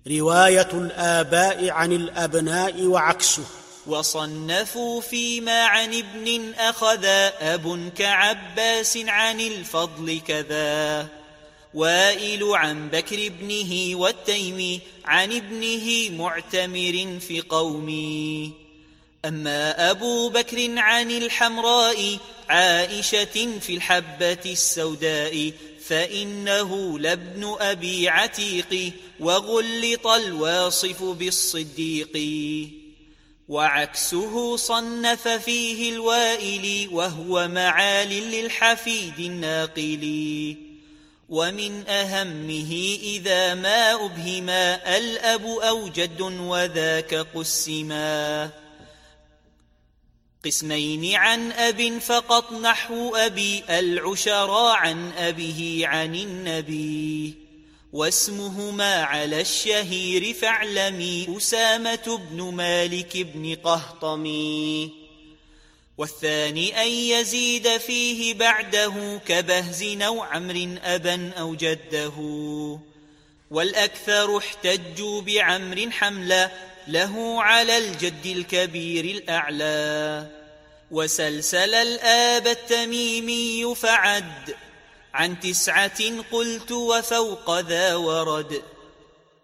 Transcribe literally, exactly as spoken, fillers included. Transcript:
رواية الآباء عن الأبناء وعكسه. وصنفوا فيما عن ابن أخذا أب كعباس عن الفضل كذا، وائل عن بكر ابنه والتيمي عن ابنه معتمر في قومي. أما أبو بكر عن الحمراء عائشة في الحبة السوداء، فإنه لابن أبي عتيق وغلط الواصف بالصديق. وعكسه صنف فيه الوائل وهو معال للحفيد الناقل. ومن أهمه إذا ما أبهما الأب أو جد وذاك قسما قسمين عن أب فقط نحو أبي العشرا عن أبيه عن النبي. واسمهما على الشهير فاعلمي أسامة بن مالك بن قهطمي. والثاني أن يزيد فيه بعده كبهز أو عمرو أبا أو جده. والأكثر احتجوا بعمر حملا له على الجد الكبير الأعلى. وسلسل الآب التميمي فعد عن تسعة قلت وفوق ذا ورد.